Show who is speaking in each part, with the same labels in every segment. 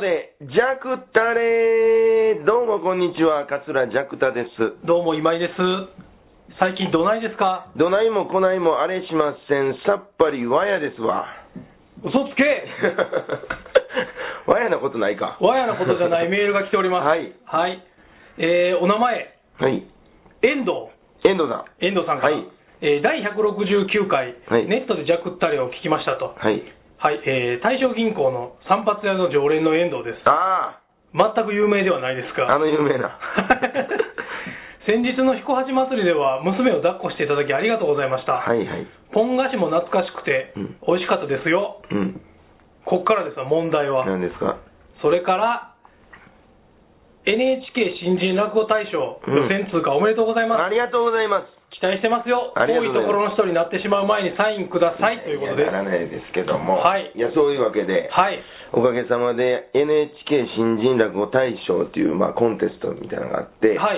Speaker 1: で、ジャクタレー。どうもこんにちは、桂ジャクタです。
Speaker 2: どうも今井です。最近どないですか？
Speaker 1: どないもこないもあれしません。さっぱりわやですわ。
Speaker 2: 嘘つけ
Speaker 1: わやなことないか。
Speaker 2: わやなことじゃないメールが来ております。
Speaker 1: はい。
Speaker 2: はい。お名前。
Speaker 1: はい。
Speaker 2: 遠藤。
Speaker 1: 遠藤さん。
Speaker 2: 遠藤さんから。
Speaker 1: はい。
Speaker 2: 第169回、
Speaker 1: はい、
Speaker 2: ネットでジャクタレを聞きましたと。
Speaker 1: はい。
Speaker 2: はい。大正銀行の散髪屋の常連の遠藤です。
Speaker 1: あ
Speaker 2: あ。全く有名ではないですか。
Speaker 1: 有名な。
Speaker 2: 先日の彦八祭りでは娘を抱っこしていただきありがとうございました。
Speaker 1: はいはい。
Speaker 2: ポン菓子も懐かしくて、美味しかったですよ。
Speaker 1: うん。
Speaker 2: こっからですわ、問題は。
Speaker 1: 何ですか？
Speaker 2: それから、NHK 新人落語大賞予選通過おめでとうございます。
Speaker 1: ありがとうございます。
Speaker 2: 期待してますよ。遠いところの人になってしまう前にサインくださいということで。
Speaker 1: ならないですけども。
Speaker 2: はい。
Speaker 1: いや、そういうわけで、
Speaker 2: はい。
Speaker 1: おかげさまで NHK 新人落語大賞という、コンテストみたいなのがあって、
Speaker 2: はい。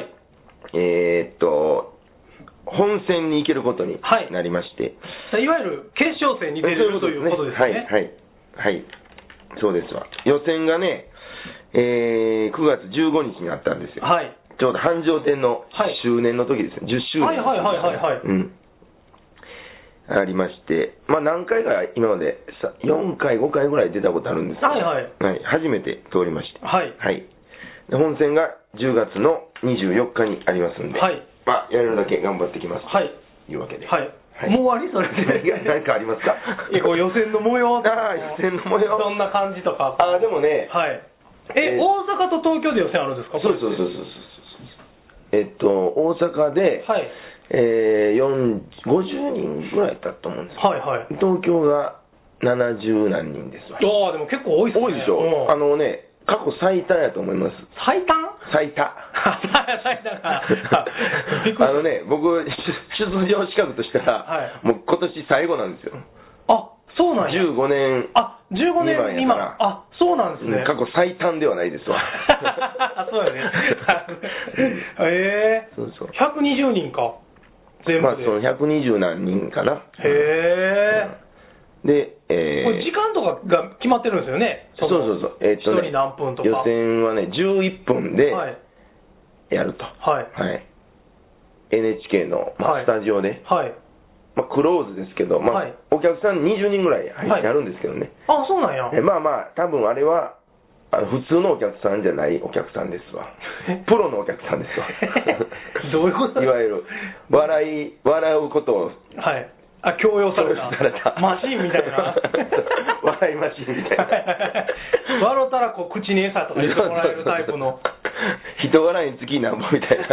Speaker 1: 本選に行けることになりまして、
Speaker 2: いわゆる決勝戦に出れるということですね。
Speaker 1: はい、はい、そうですわ。予選がね、9月15日にあったんですよ。
Speaker 2: はい。
Speaker 1: ちょうど繁盛店の周年の時ですね、10周年。
Speaker 2: はいはいはいはいはい。
Speaker 1: うん。ありまして、何回か今まで4回、5回ぐらい出たことあるんですけど、
Speaker 2: はいはい。
Speaker 1: はい、初めて通りまして、
Speaker 2: はい。
Speaker 1: はい。で本戦が10月の24日にありますんで、
Speaker 2: はい。
Speaker 1: やれるだけ頑張ってきます。
Speaker 2: はい。
Speaker 1: というわけで。
Speaker 2: はい。はい、もう終わりそれで。
Speaker 1: 何かありますか？
Speaker 2: 予選の模様とか。
Speaker 1: 予選の模様。
Speaker 2: そんな感じとか。
Speaker 1: でもね。
Speaker 2: はい。大阪と東京で予選あるんですか？
Speaker 1: そう。大阪で、
Speaker 2: はい。
Speaker 1: 50人ぐらいだったと思うんですよ。
Speaker 2: はいはい。
Speaker 1: 東京が70何人ですわ。
Speaker 2: でも結構多いですね。
Speaker 1: 多いでしょ。過去最多やと思います。
Speaker 2: 最多
Speaker 1: 最多。僕、出場資格としたら、もう今年最後なんですよ。
Speaker 2: あ、そうなんや。
Speaker 1: 15年。
Speaker 2: 15年未満。そうなんですね。
Speaker 1: 過去最短ではないですわ。
Speaker 2: そうやね。
Speaker 1: そうそう。
Speaker 2: 120人か。全部で。
Speaker 1: その120何人かな。で、
Speaker 2: これ時間とかが決まってるんですよね。
Speaker 1: そう。
Speaker 2: 1人何分とか。
Speaker 1: 予選はね、11分でやると。
Speaker 2: はい。
Speaker 1: NHK のスタジオで。
Speaker 2: はい。
Speaker 1: クローズですけど、お客さん20人ぐらい入ってあるんですけどね。
Speaker 2: あ、そうなんや。
Speaker 1: 多分あれは、普通のお客さんじゃないお客さんですわ。プロのお客さんですわ。
Speaker 2: どういうこと？
Speaker 1: いわゆる、笑うことを。
Speaker 2: はい。強要された。マシーンみたいな。
Speaker 1: 笑いマシーンみたいな。
Speaker 2: 笑ったら口に餌とか言ってもらえるタイプの。
Speaker 1: 人笑いにつきなんぼみたいな。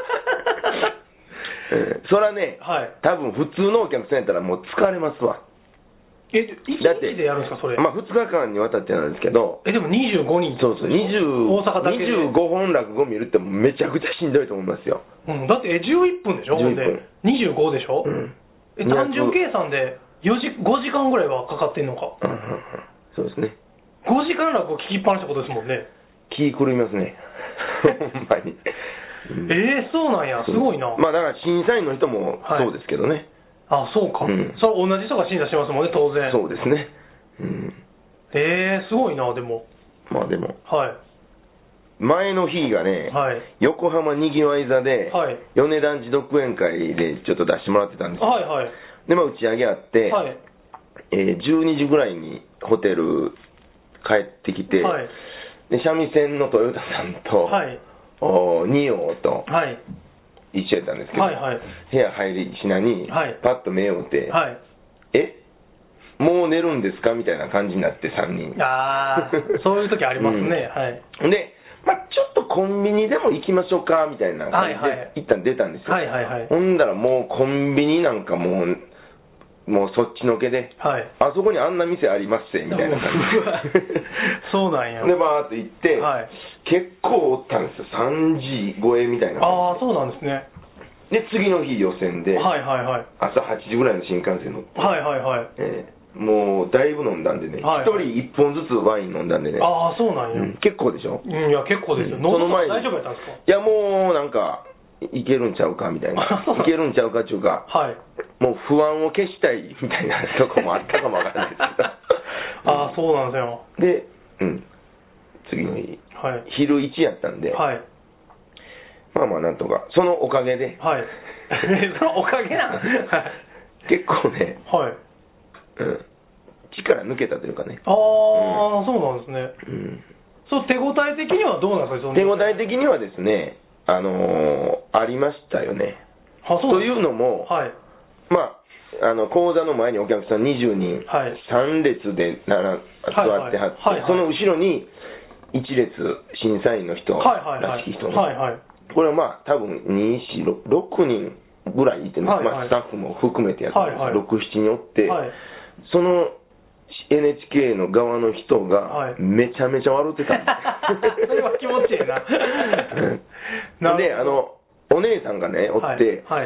Speaker 1: それはね、多分普通のお客さんやったらもう疲れますわ。
Speaker 2: 1日でやるんですか、それ。
Speaker 1: 2日間にわたってなんですけど。
Speaker 2: でも25人。
Speaker 1: そう。
Speaker 2: 大阪だけで。
Speaker 1: 25本落語見るってめちゃくちゃしんどいと思いますよ。
Speaker 2: だって11分でしょ、
Speaker 1: 11分。
Speaker 2: 25でしょ。単純計算で5時間ぐらいはかかってんのか。
Speaker 1: そうですね。
Speaker 2: 5時間落語聞きっぱなしってことですもんね。
Speaker 1: 気狂いますね。ほんまに。
Speaker 2: そうなんや、すごいな。
Speaker 1: だから審査員の人もそうですけどね。
Speaker 2: そうか。それ同じ人が審査しますもんね、当然。
Speaker 1: そうですね。
Speaker 2: すごいな、でも。
Speaker 1: でも。
Speaker 2: はい。
Speaker 1: 前の日がね、横浜にぎわい座で、米團児独演会でちょっと出してもらってたんですよ。で、打ち上げあって、12時ぐらいにホテル帰ってきて、で三味線の豊田さんと、仁王と一緒やったんですけど、部屋入りしなに、パッと目を打って、もう寝るんですかみたいな感じになって3人。
Speaker 2: そういう時ありますね。
Speaker 1: で、ちょっとコンビニでも行きましょうかみたいな感じで一旦出たんですよ。ほんだらもうコンビニなんかもうそっちのけで、あそこにあんな店ありますぜみたいな感じで。
Speaker 2: そうなんや。
Speaker 1: でバーっと行って、結構おったんですよ。3時超えみたいな感じで。
Speaker 2: そうなんですね。
Speaker 1: で次の日予選で、朝8時ぐらいの新幹線乗って、もうだいぶ飲んだんでね、1人1本ずつワイン飲んだんでね。
Speaker 2: そうなんや。
Speaker 1: 結構でしょ。
Speaker 2: いや、結構ですよ。その前に大丈夫やったんですか？
Speaker 1: いや、もうなんかいけるんちゃうかみたいな。いけるんちゃうかっていうか、もう不安を消したいみたいなとこもあったかもわからないですけど。
Speaker 2: そうなんですよ。
Speaker 1: で、 次の日、
Speaker 2: はい、
Speaker 1: 昼1やったんで、
Speaker 2: はい、
Speaker 1: まあまあなんとか、そのおかげで、
Speaker 2: はい、そのおかげなん
Speaker 1: 結構ね、
Speaker 2: はい、
Speaker 1: 力抜けたというかね。
Speaker 2: ああ、そうなんですね。そう、手応え的にはどうなんですか？
Speaker 1: 手応え的にはですね、ありましたよね。というのも、
Speaker 2: はい、
Speaker 1: まあ、講座の前にお客さん20人、
Speaker 2: はい、
Speaker 1: 3列で座ってはって、その後ろに1列審査員の人らしき人ね。これはまあ多分2、4、6人ぐらいいてね、まあ、スタッフも含めてやってます、6、7人おって、その NHK の側の人がめちゃめちゃ笑ってたんです。
Speaker 2: それは気持ちいいな。
Speaker 1: で、お姉さんがね、おって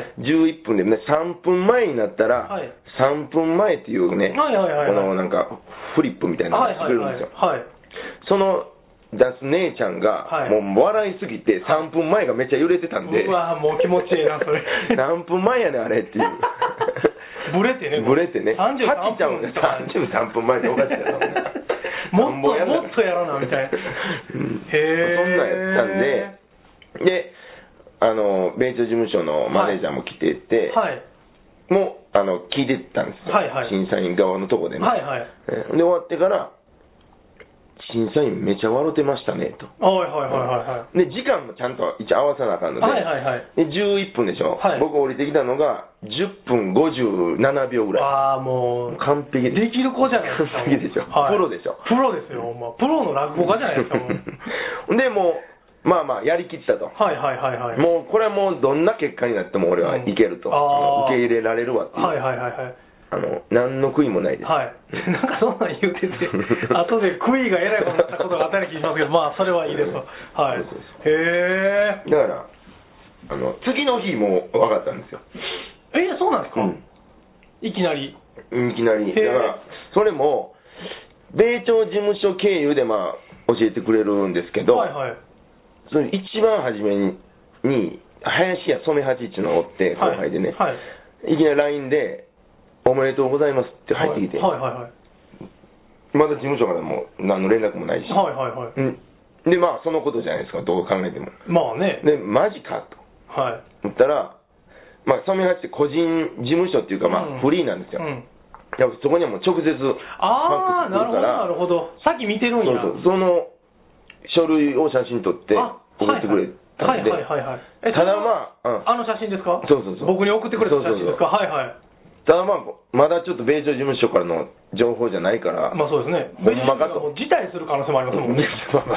Speaker 1: 、11分でね、3分前になったら、3分前っていうね、このなんかフリップみたいなのが作れるんですよ。その出す姉ちゃんが、もう笑いすぎて、3分前がめっちゃ揺れてたんで、
Speaker 2: うわもう気持ちいいな、それ。
Speaker 1: 何分前やねん、あれっていう。
Speaker 2: ブレてね。
Speaker 1: ブレてね。
Speaker 2: 33
Speaker 1: ちゃんが33分前でおかしいやろ。
Speaker 2: もっとやろな、みたいな。へ
Speaker 1: ぇそんなんやったんで、で、米朝事務所のマネージャーも来てて、もう、聞いてたんですよ。審査員側のとこでね。で、終わってから、審査員めちゃ笑ってましたねと。で、時間もちゃんと一応合わさなあかんので、で11分でしょ、僕降りてきたのが10分57秒ぐらい。
Speaker 2: ああ、もう
Speaker 1: 完璧
Speaker 2: できる子じゃないですか。
Speaker 1: 完璧でしょ、プロでしょ。
Speaker 2: プロですよ、プロの落語家じゃないですか。
Speaker 1: で、もうまあまあやりきったと。もうこれはもうどんな結果になっても俺はいけると、受け入れられるわっていう。何の悔いもないです。
Speaker 2: なんかそんなん言うてて、後で悔いがえらいことになったことがあったり気しますけど、まあそれはいいですわ。へ
Speaker 1: え。だから次の日も分かったんですよ。
Speaker 2: そうなんですか？いきなり。
Speaker 1: いきなり。だからそれも米朝事務所経由でまあ教えてくれるんですけど、その一番初めに林家染八一のおって後輩でね、いきなり LINE でおめでとうございますって入ってきて、まだ事務所からも何の連絡もないし、でまあそのことじゃないですか、どう考えても。
Speaker 2: まあね。
Speaker 1: でマジかと言ったら、まあ染八って個人事務所っていうかまあフリーなんですよ。そこにはもう直接ファックスするから。
Speaker 2: なるほど。さっき見てるんや。
Speaker 1: その書類を写真撮って送ってくれたんで、ただまあ
Speaker 2: あの写真ですか？
Speaker 1: そう
Speaker 2: 僕に送ってくれた写真ですか？
Speaker 1: ただまあ、まだちょっと米朝事務所からの情報じゃないから、
Speaker 2: まあそうですね、
Speaker 1: ほんまかと。
Speaker 2: 辞退する可能性もありますもんね。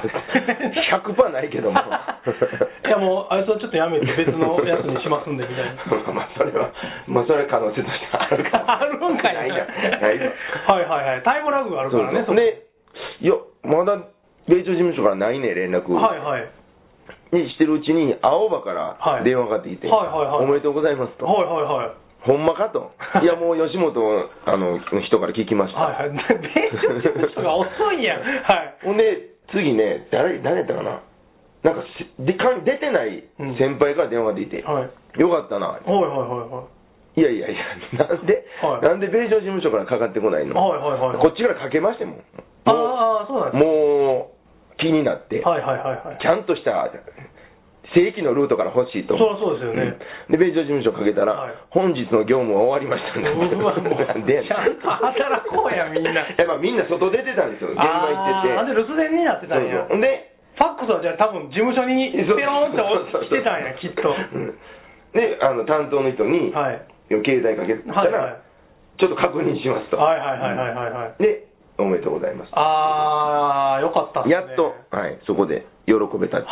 Speaker 1: 100% ないけども。
Speaker 2: いやもう、あいつはちょっとやめて別のやつにしますんでみたいな。
Speaker 1: まあそれは可能性としてあるから。
Speaker 2: あるんかいな。
Speaker 1: ないよ。
Speaker 2: タイムラグがあるからね。
Speaker 1: で、いや、まだ米朝事務所からないね、連絡。にしてるうちに、青葉から電話がかかってきて、おめでとうございますと。ほんまかと。いやもう吉本の人から聞きました。
Speaker 2: 米朝事務所が遅いやん。
Speaker 1: ほんで、次ね、誰やったかな。なんか出てない先輩から電話が出て、よかったな。いや、なんで米朝事務所からかかってこないの。こっちからかけましても。もう気になって、ちゃんとした正規のルートから欲しいと。
Speaker 2: そうですよね。
Speaker 1: で、米朝事務所かけたら、本日の業務は終わりましたね。
Speaker 2: ちゃんと働こうや、みんな。
Speaker 1: みんな外出てたんですよ、現場行ってて。
Speaker 2: なんで留守電になってたんや。で、ファックスはじゃあ多分事務所にペロンって落ちてたんや、きっと。
Speaker 1: で、担当の人に、携帯かけたら、ちょっと確認しますと。で、おめでとうございます。
Speaker 2: よかったっすね。
Speaker 1: やっと、そこで喜べたって。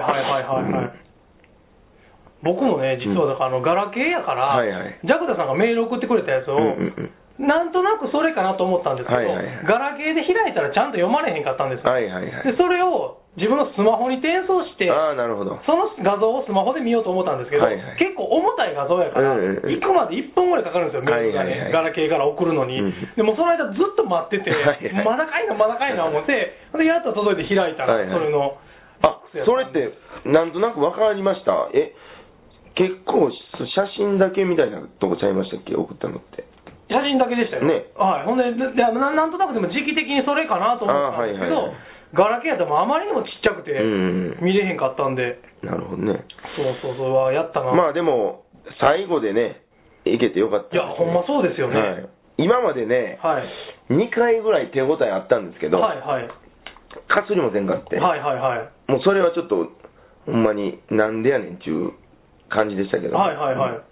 Speaker 2: 僕もね、実はだからガラケーやから、ジャクダさんがメール送ってくれたやつを、なんとなくそれかなと思ったんですけど、ガラケーで開いたらちゃんと読まれへんかったんですよ。で、それを自分のスマホに転送して、その画像をスマホで見ようと思ったんですけど、結構重たい画像やから、行くまで1分ぐらいかかるんですよ、メールがね、ガラケーから送るのに。でもその間ずっと待ってて、まだかいな思って、で、やっと届いて開いたら、それの。
Speaker 1: それって、なんとなく分かりました。結構、写真だけみたいなとこちゃいましたっけ、送ったのって。
Speaker 2: 写真だけでしたよね。ほんで、なんとなくでも時期的にそれかなと思ったんですけど、 ガラケーやったらあまりにもちっちゃくて見れへんかったんで。
Speaker 1: なるほどね。
Speaker 2: そうやったな。
Speaker 1: まあでも最後でねいけてよかった、
Speaker 2: いやほんまそうですよね、はい、
Speaker 1: 今までね、はい、2回ぐらい手応えあったんですけど、はいはい、かすりもせんかって、はいはいはい、もうそれはちょっとほんまになんでやねんっていう感じでしたけど、はいはいはい、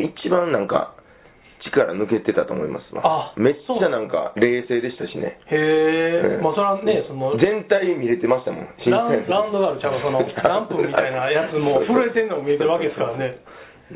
Speaker 1: 一番なんか力抜けてたと思いますわ。めっちゃなんか冷静でしたしね。
Speaker 2: へえ、まあそれはね、
Speaker 1: 全体見れてましたもん。
Speaker 2: ラウンドガールちゃうか、ランプみたいなやつも震えてんのも見えてるわけですからね。うん、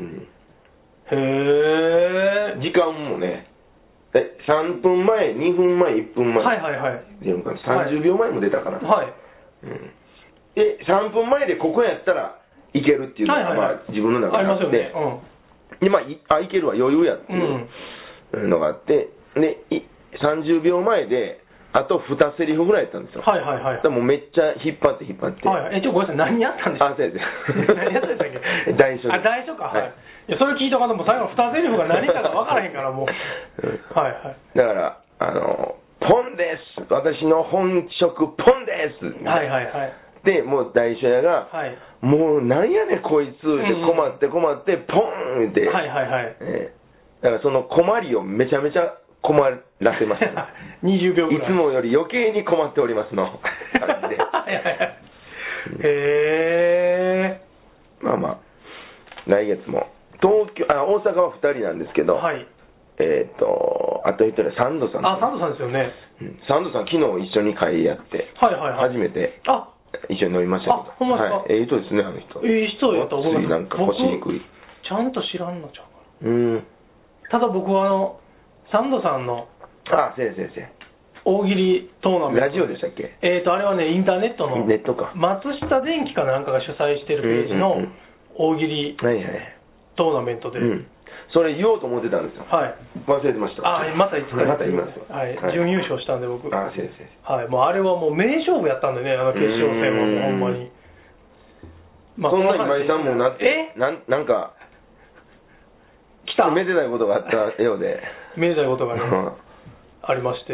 Speaker 2: へえ。
Speaker 1: 時間もね、3分前、2分前、1分前。
Speaker 2: はいはいはい。
Speaker 1: 30秒前も出たかな。はい。うん、で、3分前でここやったらいけるっていうのが、まあ自分の中であって。ありますよね。うんでまあ、いけるわ余裕やっていうのがあって、で30秒前であと2セリフぐらいやったんですよ。はいはいはい。でもめっちゃ引っ張って。
Speaker 2: はい。ごめんなさい、何やったんですか？
Speaker 1: そうです。
Speaker 2: 何やったんでしたっけ？
Speaker 1: 代書。
Speaker 2: 代書か。はい。いやそれ聞いとかんとも最後の2セリフが何かが分からへんからもう。はいはい。
Speaker 1: だからポンです。私の本職ポンです。はいはいはい。でもう大書屋が、はい、もうなんやねんこいつって困ってポンって、はいはいはい、だからその困りをめちゃめちゃ困らせました
Speaker 2: 20秒ぐらい
Speaker 1: いつもより余計に困っておりますの感じで
Speaker 2: へえ
Speaker 1: まあまあ来月も大阪は2人なんですけど、はい、あと1人はサンドさん。
Speaker 2: サンドさんですよね、
Speaker 1: サンドさん昨日一緒に会やって、はいはいはい、初めて一緒に飲みましたけど。
Speaker 2: ほんまですか？
Speaker 1: はい、人ですね、あの人。
Speaker 2: 人やったら僕
Speaker 1: なんか腰にくい。
Speaker 2: ちゃんと知らんのちゃうかな。ただ僕はサンドさんの
Speaker 1: 先生
Speaker 2: 大喜利トーナメント。
Speaker 1: ラジオでしたっけ？
Speaker 2: あれはね、インターネットの
Speaker 1: ネットか
Speaker 2: 松下電器かなんかが主催してるページの大喜利トーナメントで、
Speaker 1: それ言おうと思ってたんですよ。はい。忘れてました。
Speaker 2: またいつか
Speaker 1: また言います。
Speaker 2: はい。準優勝したんで僕。
Speaker 1: 先生。
Speaker 2: はい。もうあれはもう名勝負やったんでね、決勝戦はもうほんまに。
Speaker 1: まあそんな今井さんもなんか
Speaker 2: 来た。
Speaker 1: めでたいことがあったようで。
Speaker 2: めでたいことがねありまして。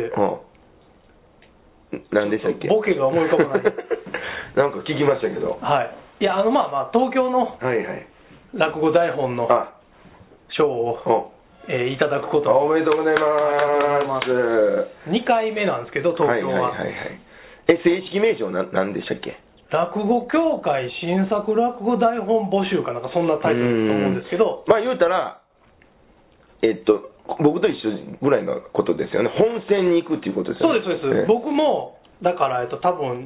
Speaker 1: 何でしたっけ？
Speaker 2: ボケが思い浮かばない。
Speaker 1: なんか聞きましたけど。
Speaker 2: はい。いやまあ東京の落語台本の賞をいただくこと
Speaker 1: おめでとうございます。
Speaker 2: 2回目なんですけど、東京は。
Speaker 1: 正式名称何でしたっけ？
Speaker 2: 落語協会新作落語台本募集かなんかそんなタイトルだと思うんですけど、
Speaker 1: まあ言うたら僕と一緒ぐらいのことですよね。本選に行くっていうことですよね。
Speaker 2: そうですそうです。僕もだから多分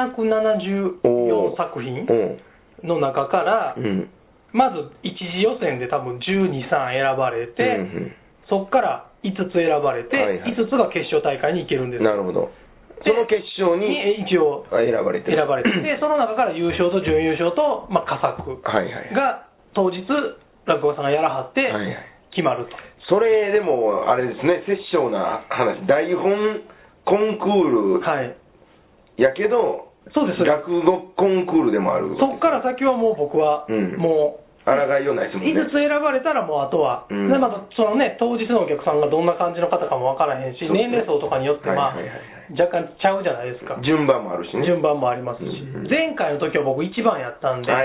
Speaker 2: 274作品の中から、まず一次予選で多分12、3選ばれて、そこから5つ選ばれて、5つが決勝大会に行けるんです。
Speaker 1: なるほど。その決勝に
Speaker 2: 一応選ばれてで、その中から優勝と準優勝と、佳作が当日落語家さんがやらはって決まると。
Speaker 1: それでもあれですね、殺生な話、台本コンクールやけど、そうです落語コンクールでもある。
Speaker 2: そこから先はもう僕はもう
Speaker 1: 抗いようないですもんね。
Speaker 2: 5つ選ばれたらもうあとは、でまたそのね当日のお客さんがどんな感じの方かも分からへんし、年齢層とかによって若干ちゃうじゃないですか。
Speaker 1: 順番もあるしね。
Speaker 2: 順番もありますし、前回の時は僕1番やったんで、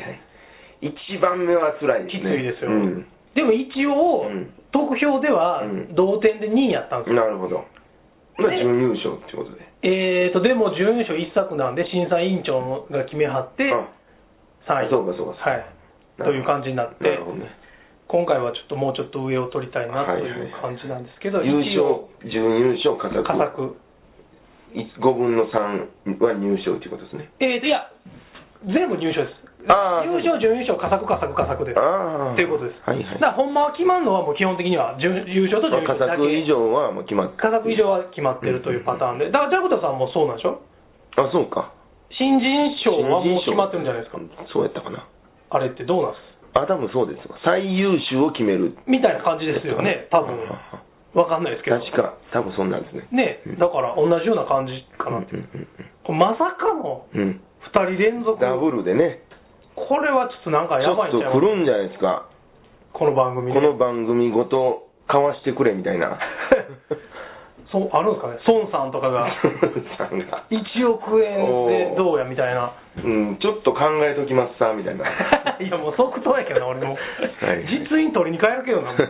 Speaker 1: 1番目は辛いですね。
Speaker 2: きついですよ。でも一応得票では同点で2位やったんですよ。
Speaker 1: なるほど。準優勝ってことで。
Speaker 2: でも準優勝1作なんで審査委員長が決めはって3位。
Speaker 1: そうかそうか。
Speaker 2: はい。という感じになって、今回はもうちょっと上を取りたいなという感じなんですけど、
Speaker 1: 優勝、準優勝、佳作。5分の3は入賞ということですね。
Speaker 2: いや、全部入賞です。優勝、準優勝、佳作です。ということです。だからほんまは決まるのはもう基本的には優勝と準優勝だけ。
Speaker 1: 佳作以上はもう決まってる。
Speaker 2: 佳作以上は決まってるというパターンで。だからジャクタさんもそうなんでしょ？
Speaker 1: そうか。
Speaker 2: 新人賞はもう決まってるんじゃないですか。
Speaker 1: そうやったかな。
Speaker 2: あれってどうなんですか？
Speaker 1: 多分そうです。最優秀を決める
Speaker 2: みたいな感じですよね、多分。わかんないですけど。
Speaker 1: 確か、多分そんなんですね。
Speaker 2: だから同じような感じかなって。まさかの2人連続。
Speaker 1: ダブルでね。
Speaker 2: これはちょっとなんかやばいんちゃいます？
Speaker 1: ちょっと来るんじゃないですか。
Speaker 2: この番組
Speaker 1: この番組ごとかわしてくれみたいな。
Speaker 2: そうあるんですかね、孫さんとかが1億円でどうやみたいな、
Speaker 1: ちょっと考えときますさみたいな
Speaker 2: いやもう即答やけどな俺も、実印取りに帰るけどな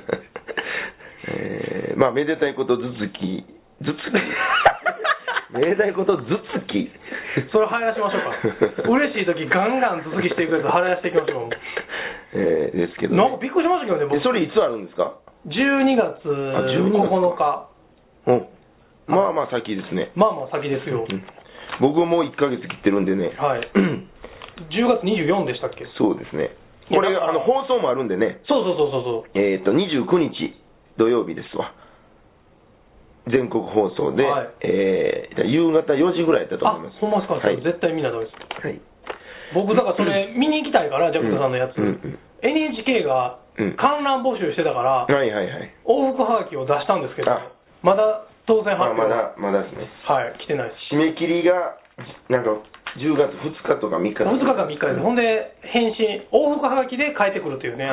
Speaker 1: まあめでたいことめでたいこと頭突き
Speaker 2: それ生やしましょうか嬉しい時ガンガン頭突きしていくやつ生やしていきましょう
Speaker 1: ですけど、ね、
Speaker 2: なんかびっくりしましたけどね僕
Speaker 1: それいつあるんですか
Speaker 2: ？12月9日。
Speaker 1: まあまあ先ですね。
Speaker 2: まあまあ先ですよ。
Speaker 1: 僕もう1ヶ月切ってるんでね。
Speaker 2: はい。10月24でしたっけ？
Speaker 1: そうですね。これ放送もあるんでね。
Speaker 2: そう。
Speaker 1: 29日土曜日ですわ。全国放送で、夕方4時ぐらいだったと思います。
Speaker 2: ほんまですか？絶対見ないとです。はい。僕だからそれ見に行きたいからジャクタさんのやつ。NHK が観覧募集してたから、往復はがきを出したんですけど、まだ当選発表
Speaker 1: まだですね。
Speaker 2: はい、来てないです。
Speaker 1: 締め切りがなんか10月2日とか3日
Speaker 2: 2日か3日です。ほんで返信往復はがきで返ってくるというね。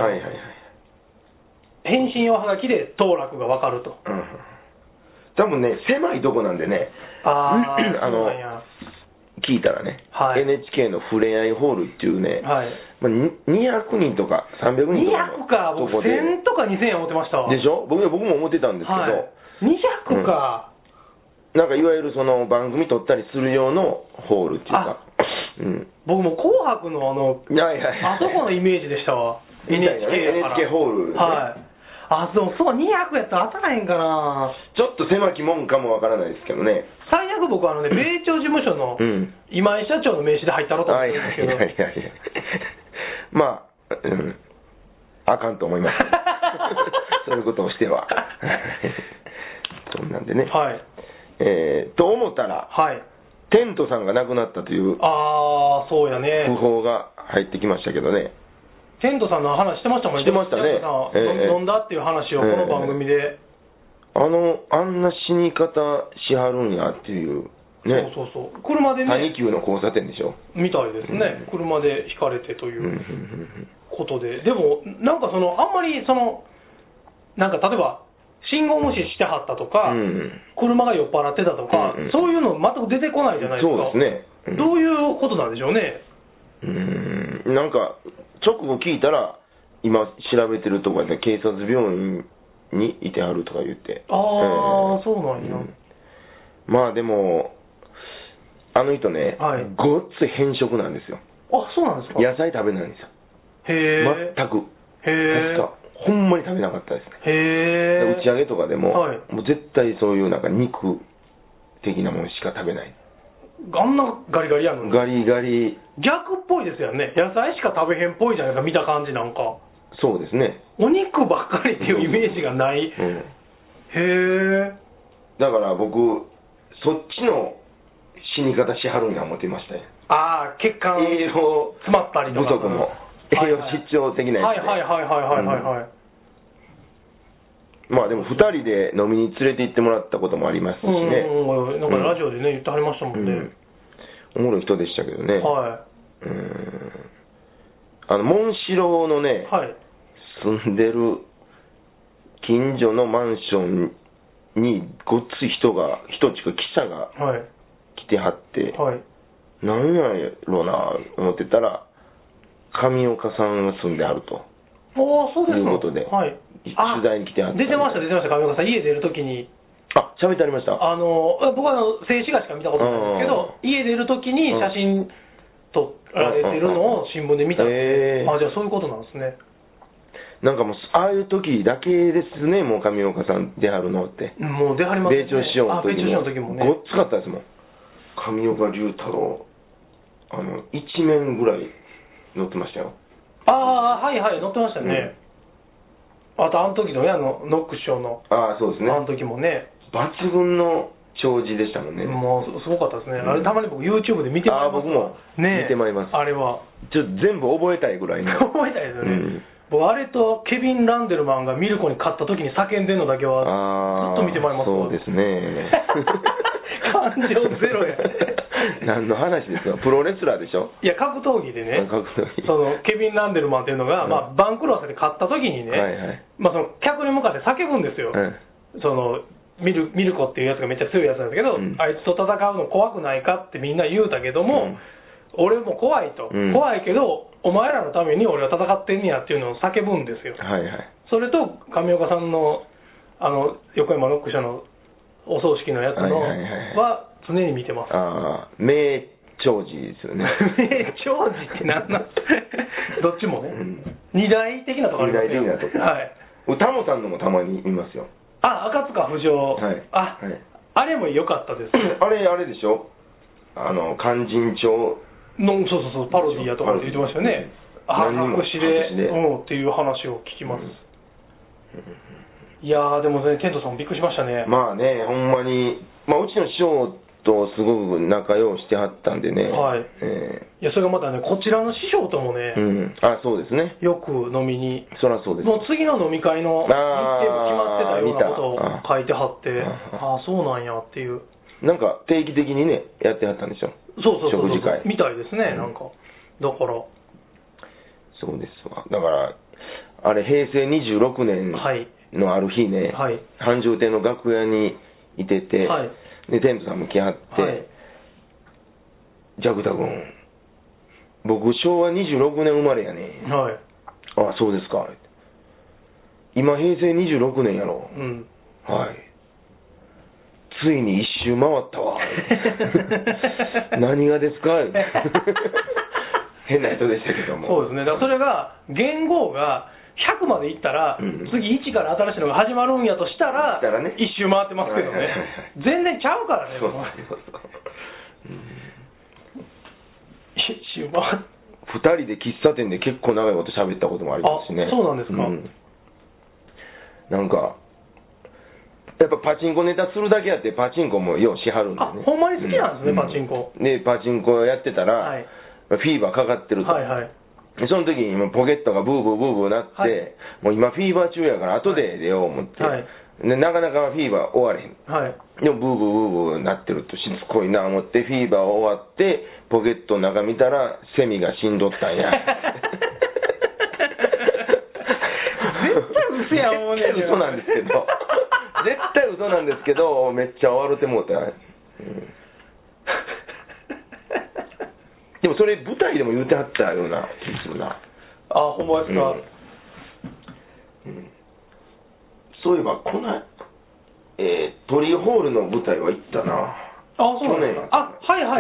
Speaker 2: 返信用はがきで当落が分かると。
Speaker 1: 多分ね狭いとこなんでね。聞いたらね、NHK のふれあいホールっていうね、200人とか300人とか
Speaker 2: 200か、僕1000とか2000円思ってましたわ。
Speaker 1: でしょ？僕も思ってたんですけど、
Speaker 2: 200か、
Speaker 1: なんかいわゆるその番組撮ったりする用のホールっていうか、
Speaker 2: 僕も紅白のあそこのイメージでしたわ。
Speaker 1: NHK ホール、
Speaker 2: そう200やったら当たらへんかな。
Speaker 1: ちょっと狭きもんかもわからないですけどね。
Speaker 2: 最悪僕米朝事務所の今井社長の名刺で入ったろうと思ってるんですけど、
Speaker 1: まあ、あかんと思いますそういうことをしてはそんなんでね、と思ったら、テントさんが亡くなったという
Speaker 2: そうやね、
Speaker 1: 訃報が入ってきましたけどね。
Speaker 2: テントさんの話してましたもんね。
Speaker 1: してましたね。
Speaker 2: 飲んだっていう話をこの番組で。
Speaker 1: あんな死に方しはるんやっていうね。
Speaker 2: そう。車でね。
Speaker 1: 谷急の交差点でしょ。
Speaker 2: みたいですね。車でひかれてということで。でも、なんかあんまりなんか例えば、信号無視してはったとか、車が酔っ払ってたとか、そういうの全く出てこないじゃないですか。
Speaker 1: そうですね。
Speaker 2: どういうことなんでしょうね。
Speaker 1: なんか直後聞いたら今調べてるとかで警察病院にいてはるとか言って。
Speaker 2: そうなんや。
Speaker 1: まあでもあの人ね、ごっつい偏食なんですよ。
Speaker 2: そうなんですか。
Speaker 1: 野菜食べないんですよ。全く。確かほんまに食べなかったですね。打ち上げとかでも、もう絶対そういうなんか肉的なものしか食べない。
Speaker 2: あんなガリガリやのに。
Speaker 1: ガリガリ。
Speaker 2: 逆っぽいですよね。野菜しか食べへんっぽいじゃないですか、見た感じなんか。
Speaker 1: そうですね。
Speaker 2: お肉ばっかりっていうイメージがない。
Speaker 1: だから僕、そっちの死に方しはるんや思ってましたよ。
Speaker 2: 血管
Speaker 1: 栄養
Speaker 2: 詰まったりとか。
Speaker 1: 不足も。栄養失調的なやつで。まあでも2人で飲みに連れて行ってもらったこともありますしね。
Speaker 2: なんかラジオでね言ってはりましたもんね。
Speaker 1: おもろい人でしたけどね。モンシロのね、住んでる近所のマンションにごっつい人ちか記者が来てはって、何やろうな思ってたら上岡さんが住んではると。
Speaker 2: そうですか。
Speaker 1: いうことで、取材に来てはった。
Speaker 2: 出てました、上岡さん、家出るときに。
Speaker 1: 喋ってありました。
Speaker 2: 僕は静止画しか見たことないんですけど、家出るときに写真撮られてるのを新聞で見たんで、じゃあそういうことなんですね。
Speaker 1: なんかもう、ああいう時だけですね、もう上岡さん出はるのって。
Speaker 2: もう出はりますね。
Speaker 1: 米朝師匠の時もね。ごっつかったですもん。上岡龍太郎、一面ぐらい載ってましたよ。
Speaker 2: 載ってましたね。あと、あの時のね、ノック師匠の。
Speaker 1: そうですね。
Speaker 2: あの時もね。
Speaker 1: 抜群の弔辞でしたもんね。
Speaker 2: もう、すごかったですね。あれ、たまに僕、YouTube で見てまいります。
Speaker 1: 僕も見てまいります。
Speaker 2: あれは。
Speaker 1: 全部覚えたいぐらいの。
Speaker 2: 覚えたいですよね。僕、あれとケビン・ランデルマンがミルコに勝った時に叫んでるのだけは、ずっと見てまいります。
Speaker 1: そうですね。
Speaker 2: 感情ゼロや。
Speaker 1: 何の話ですか？プロレスラーでしょ？
Speaker 2: いや、格闘技でね、ケビン・ランデルマンっていうのが、番狂わせで勝った時にね、客に向かって叫ぶんですよ。 ミルコっていうやつがめっちゃ強いやつなんですけど、あいつと戦うの怖くないかってみんな言うたけども、俺も怖いと、怖いけどお前らのために俺は戦ってんねやっていうのを叫ぶんですよ。
Speaker 1: はいはい。
Speaker 2: それと上岡さんの横山ロック社のお葬式のやつのは常に見てます。
Speaker 1: ああ、名長寿ですよね。
Speaker 2: 名長寿って何なんどっちもね、二大的なところありますよ。
Speaker 1: 二大的なところ。はい。タモさんのもたまに見ますよ。
Speaker 2: 赤塚不二夫。はい。あれも良かったです。
Speaker 1: あれでしょ、勧進帳
Speaker 2: の、そう、パロディやとかって言ってましたよね。白紙で、っていう話を聞きます。いやー、でもね、テントさんもびっくりしましたね。
Speaker 1: まあね、ほんまに、うちの師匠とすごく仲良うしてはったんでね。
Speaker 2: はい。いや、それがまたね、こちらの師匠ともね、
Speaker 1: そうですね。
Speaker 2: よく飲みに。
Speaker 1: そりゃそうです。
Speaker 2: もう次の飲み会の日程も決まってたようなことを書いてはって、そうなんやっていう。
Speaker 1: なんか定期的にね、やってはったんでしょ。
Speaker 2: そう
Speaker 1: 食事会。
Speaker 2: みたいですね、なんか。だから。
Speaker 1: そうですわ。だから、あれ、平成26年のある日ね、繁盛亭の楽屋にいてて、で、テントさんも来はって、ジャクタ君、僕、昭和26年生まれやね。あ、そうですか。今、平成26年やろ。はい。ついに一周回ったわ。何がですか変な人でしたけども。
Speaker 2: そうですね。だからそれが、元号が100までいったら、次1から新しいのが始まるんやとしたら、一周回ってますけどね。全然ちゃうからね。一周回って。
Speaker 1: 2人で喫茶店で結構長いこと喋ったこともありますしね。
Speaker 2: そうなんですか。
Speaker 1: なんか、やっぱパチンコネタするだけやってパチンコもようしはるんでね。
Speaker 2: ほんまに好きなんですね、パチンコ。
Speaker 1: で、パチンコやってたら、フィーバーかかってると。その時にポケットがブーブーブーブーなって、もう今フィーバー中やから後で出よう思って。でなかなかフィーバー終われへん。でもブーブーブーブーなってるとしつこいな思ってフィーバー終わってポケットの中見たらセミが死んどったんや。
Speaker 2: 絶対嘘や思うねん。
Speaker 1: 嘘なんですけど。絶対嘘なんですけど、めっちゃ笑ってもうた。でもそれ舞台でも言うてはったような気するな。
Speaker 2: ほんまですか。
Speaker 1: そういえばこのトリホールの舞台は行ったな。
Speaker 2: そうなんですか。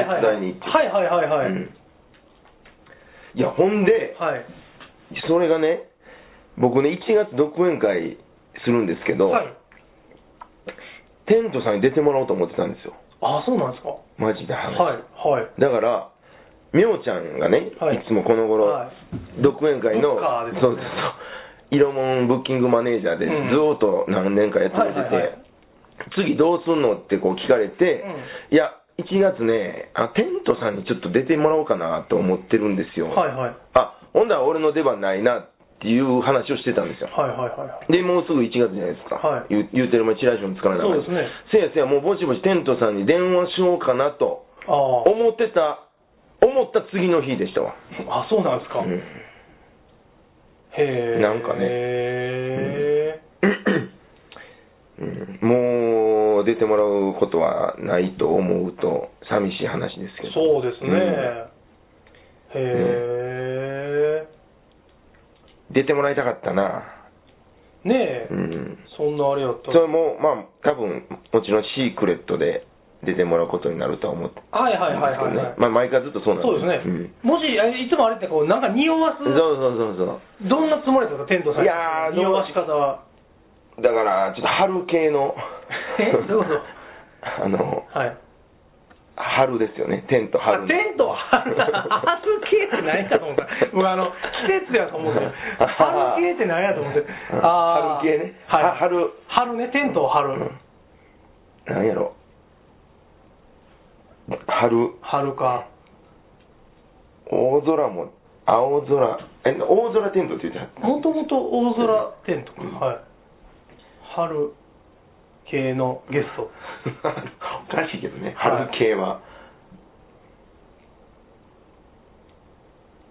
Speaker 1: いや、ほんで、それがね、僕ね、1月独演会するんですけど、テントさんに出てもらおうと思ってたんですよ。
Speaker 2: そうなんですか。
Speaker 1: マジで話。だから、みょうちゃんがね、いつもこの頃、独演会の、色もんブッキングマネージャーでずーっと何年かやってくれてて、次どうすんのってこう聞かれて、いや、1月ね、テントさんにちょっと出てもらおうかなと思ってるんですよ。ほんだら俺の出番ないなっていう話をしてたんですよ。で、もうすぐ1月じゃないですか。言うてる前、チラシも使わない。
Speaker 2: そうですね。
Speaker 1: せやもうぼちぼちテントさんに電話しようかなと思った次の日でしたわ。
Speaker 2: そうなんですか。
Speaker 1: なんかね、もう出てもらうことはないと思うと寂しい話ですけど。
Speaker 2: そうですね。
Speaker 1: 出てもらいたかったな。
Speaker 2: ねえ、そんなあれやったら。
Speaker 1: それも多分もちろんシークレットで出てもらうことになるとは思ってますけどね。毎回ずっとそうなんです。
Speaker 2: そうですね。もしいつもあれってこうなんか匂わす。
Speaker 1: そう
Speaker 2: どんなつもりですか、テントさん。匂わし方は。
Speaker 1: だからちょっと春系の
Speaker 2: どうぞ。
Speaker 1: 春ですよね。テント春。
Speaker 2: テント春系って何やと思った。僕季節やと思って。春系って何やと思って。
Speaker 1: 春系ね。
Speaker 2: 春ね、テント春。
Speaker 1: 何やろ。春か。大空も青空、大空テントって言ってはった。
Speaker 2: もともと大空テントか。春系のゲスト。
Speaker 1: おかしいけどね、春系は。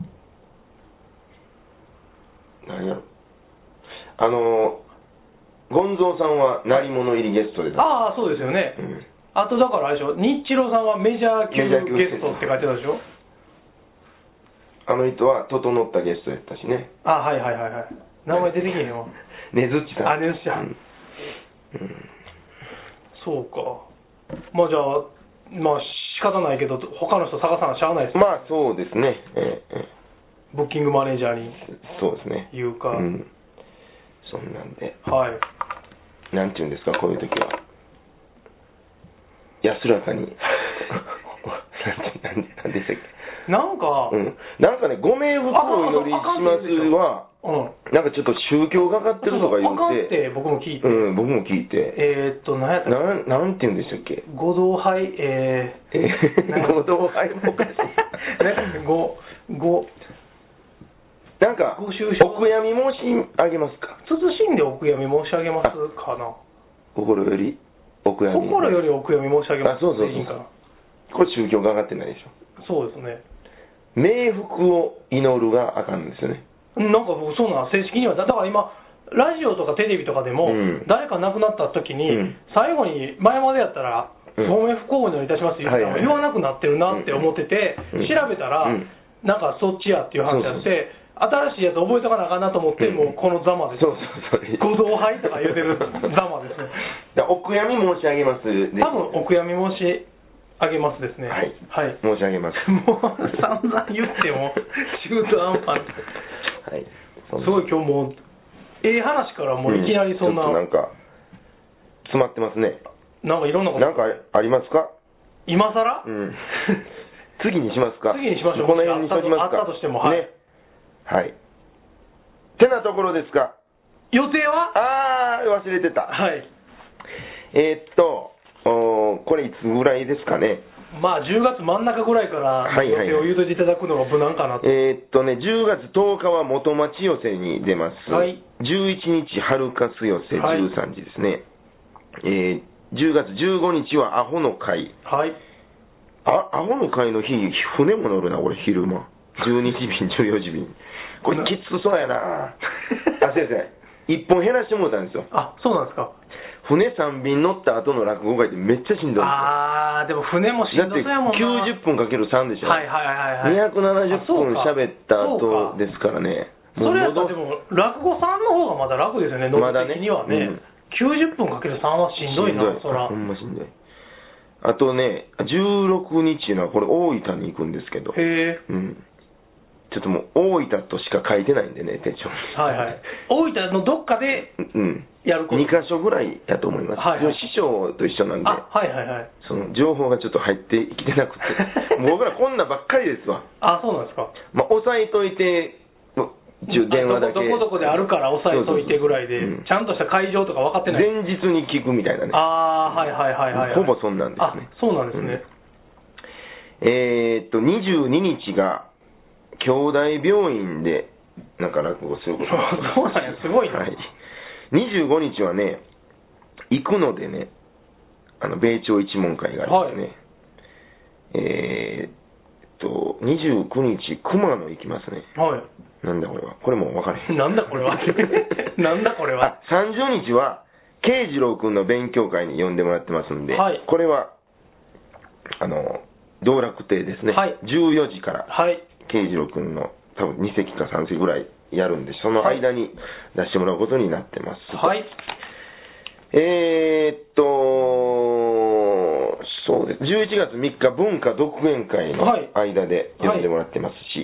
Speaker 1: 何やろ。 ゴンゾーさんは鳴り物入りゲストで、
Speaker 2: ああ、そうですよね。あとだからあれでしょ、ニッチローさんはメジャー級ゲストって書いてたでしょ。
Speaker 1: あの人は整ったゲストやったしね。
Speaker 2: あ、はいはいはいはい。名前出てきへんわ。
Speaker 1: ねずっちさん。
Speaker 2: あ、ねずっちさん。そうか。まあじゃあ、まあ仕方ないけど、他の人探さなしゃあないですね。
Speaker 1: まあそうですね。
Speaker 2: ブッキングマネージャーに。
Speaker 1: そうですね。
Speaker 2: いうか。
Speaker 1: そんなんで。
Speaker 2: はい。
Speaker 1: なんていうんですか、こういう時は。安らかに。なんでしたっけ。
Speaker 2: なんか、
Speaker 1: なんかね、ご冥福をお祈りしますは、なんかちょっと宗教がかってるとか言
Speaker 2: うて。って僕も聞いて。
Speaker 1: 僕も聞いて。
Speaker 2: 何やったっけ。
Speaker 1: なんて言うんでしたっけ。
Speaker 2: 五道杯、
Speaker 1: 五道杯もおかしい。なんか、お悔やみ申し上げますか。
Speaker 2: 謹んでお悔やみ申し上げますかな。
Speaker 1: 心よりお悔やみ。
Speaker 2: 心よりお悔やみ申し上げます。
Speaker 1: そう。これ宗教がかってないでしょ。
Speaker 2: そうですね。
Speaker 1: 冥福を祈るがあかんんですよね。
Speaker 2: なんかそうな、正式には。だから今、ラジオとかテレビとかでも、誰か亡くなった時に、最後に、前までやったら、ご冥福をお祈りいたしますって言わなくなってるなって思ってて、調べたら、なんかそっちやっていう話やって、新しいやつ覚えとかなあかんなと思って、もうこのざまです。ご同杯とか言うてるざまですね。
Speaker 1: お悔やみ申し上げます。
Speaker 2: 多分お悔やみ申し上げますですね。
Speaker 1: はい。申し上げます。
Speaker 2: もう散々言っても中途半端。はい。すごい今日もう話からもういきなりそんな。
Speaker 1: なんか詰まってますね。
Speaker 2: なんかいろんなこと。
Speaker 1: なんかありますか？
Speaker 2: 今更？
Speaker 1: 次にしますか？
Speaker 2: 次にしましょう。
Speaker 1: この辺にしときますか？
Speaker 2: あったとしてもはい。
Speaker 1: ね。はい。てなところですか？
Speaker 2: 予定は？
Speaker 1: 忘れてた。
Speaker 2: はい。
Speaker 1: これいつぐらいですかね。
Speaker 2: まあ10月真ん中ぐらいから予定を言うといただくのが無難かなと。
Speaker 1: 10月10日は元町寄せに出ます。
Speaker 2: はい。
Speaker 1: 11日春かす寄せ13時ですね。10月15日はアホの会。
Speaker 2: はい。
Speaker 1: アホの会の日、船も乗るな、これ昼間。12時便、14時便。これきつそうやな。先生、1本減らしてもらったんですよ。
Speaker 2: そうなんですか。
Speaker 1: 船3便乗った後の落語会ってめっちゃしんどいんですよ。
Speaker 2: でも船もしんどそうやもんな。
Speaker 1: だって90分かける3でしょ。
Speaker 2: はい。
Speaker 1: 270分喋った後ですからね。
Speaker 2: それやったらでも、落語さんの方がまだ楽ですよね、乗る的にはね。90分かける3はしんどいな、そら。
Speaker 1: ほんましんどい。あとね、16日のはこれ大分に行くんですけど。ちょっともう大分としか書いてないんでね、手帳に。大分のどっかでやること。2
Speaker 2: カ
Speaker 1: 所ぐらいやと思います。師匠と一緒なんで、その情報がちょっと入ってきてなくて、もう僕らこんなばっかりですわ。
Speaker 2: そうなんですか。
Speaker 1: 押さえといて、電話だけ。
Speaker 2: どこであるから押さえといてぐらいで、ちゃんとした会場とか分かってない。
Speaker 1: 前日に聞くみたいなね。ほぼそんなんですね。
Speaker 2: そうなんですね。
Speaker 1: 22日が、兄弟病院でなんか落語すること
Speaker 2: そうなんや、すごいな。
Speaker 1: 25日はね、行くのでね、米朝一門会がありますね。29日、熊野行きますね。なんだこれは。これも分からへん。
Speaker 2: なんだこれは。なんだこれは。
Speaker 1: 30日は、慶次郎君の勉強会に呼んでもらってますんで、これは、道楽亭ですね。14時から。慶次郎君の多分2席か3席ぐらいやるんで、その間に出してもらうことになってます。そうです。11月3日文化独演会の間で呼んでもらってますし、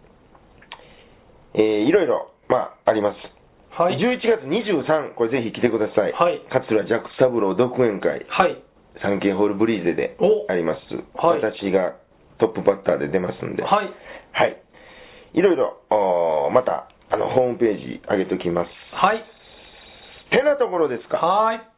Speaker 1: いろいろ、あります。11月23、これぜひ来てください。桂寂三郎独演会、サンケイホールブリーゼであります。私がトップバッターで出ますんで。いろいろ、また、ホームページ上げておきます。てなところですか。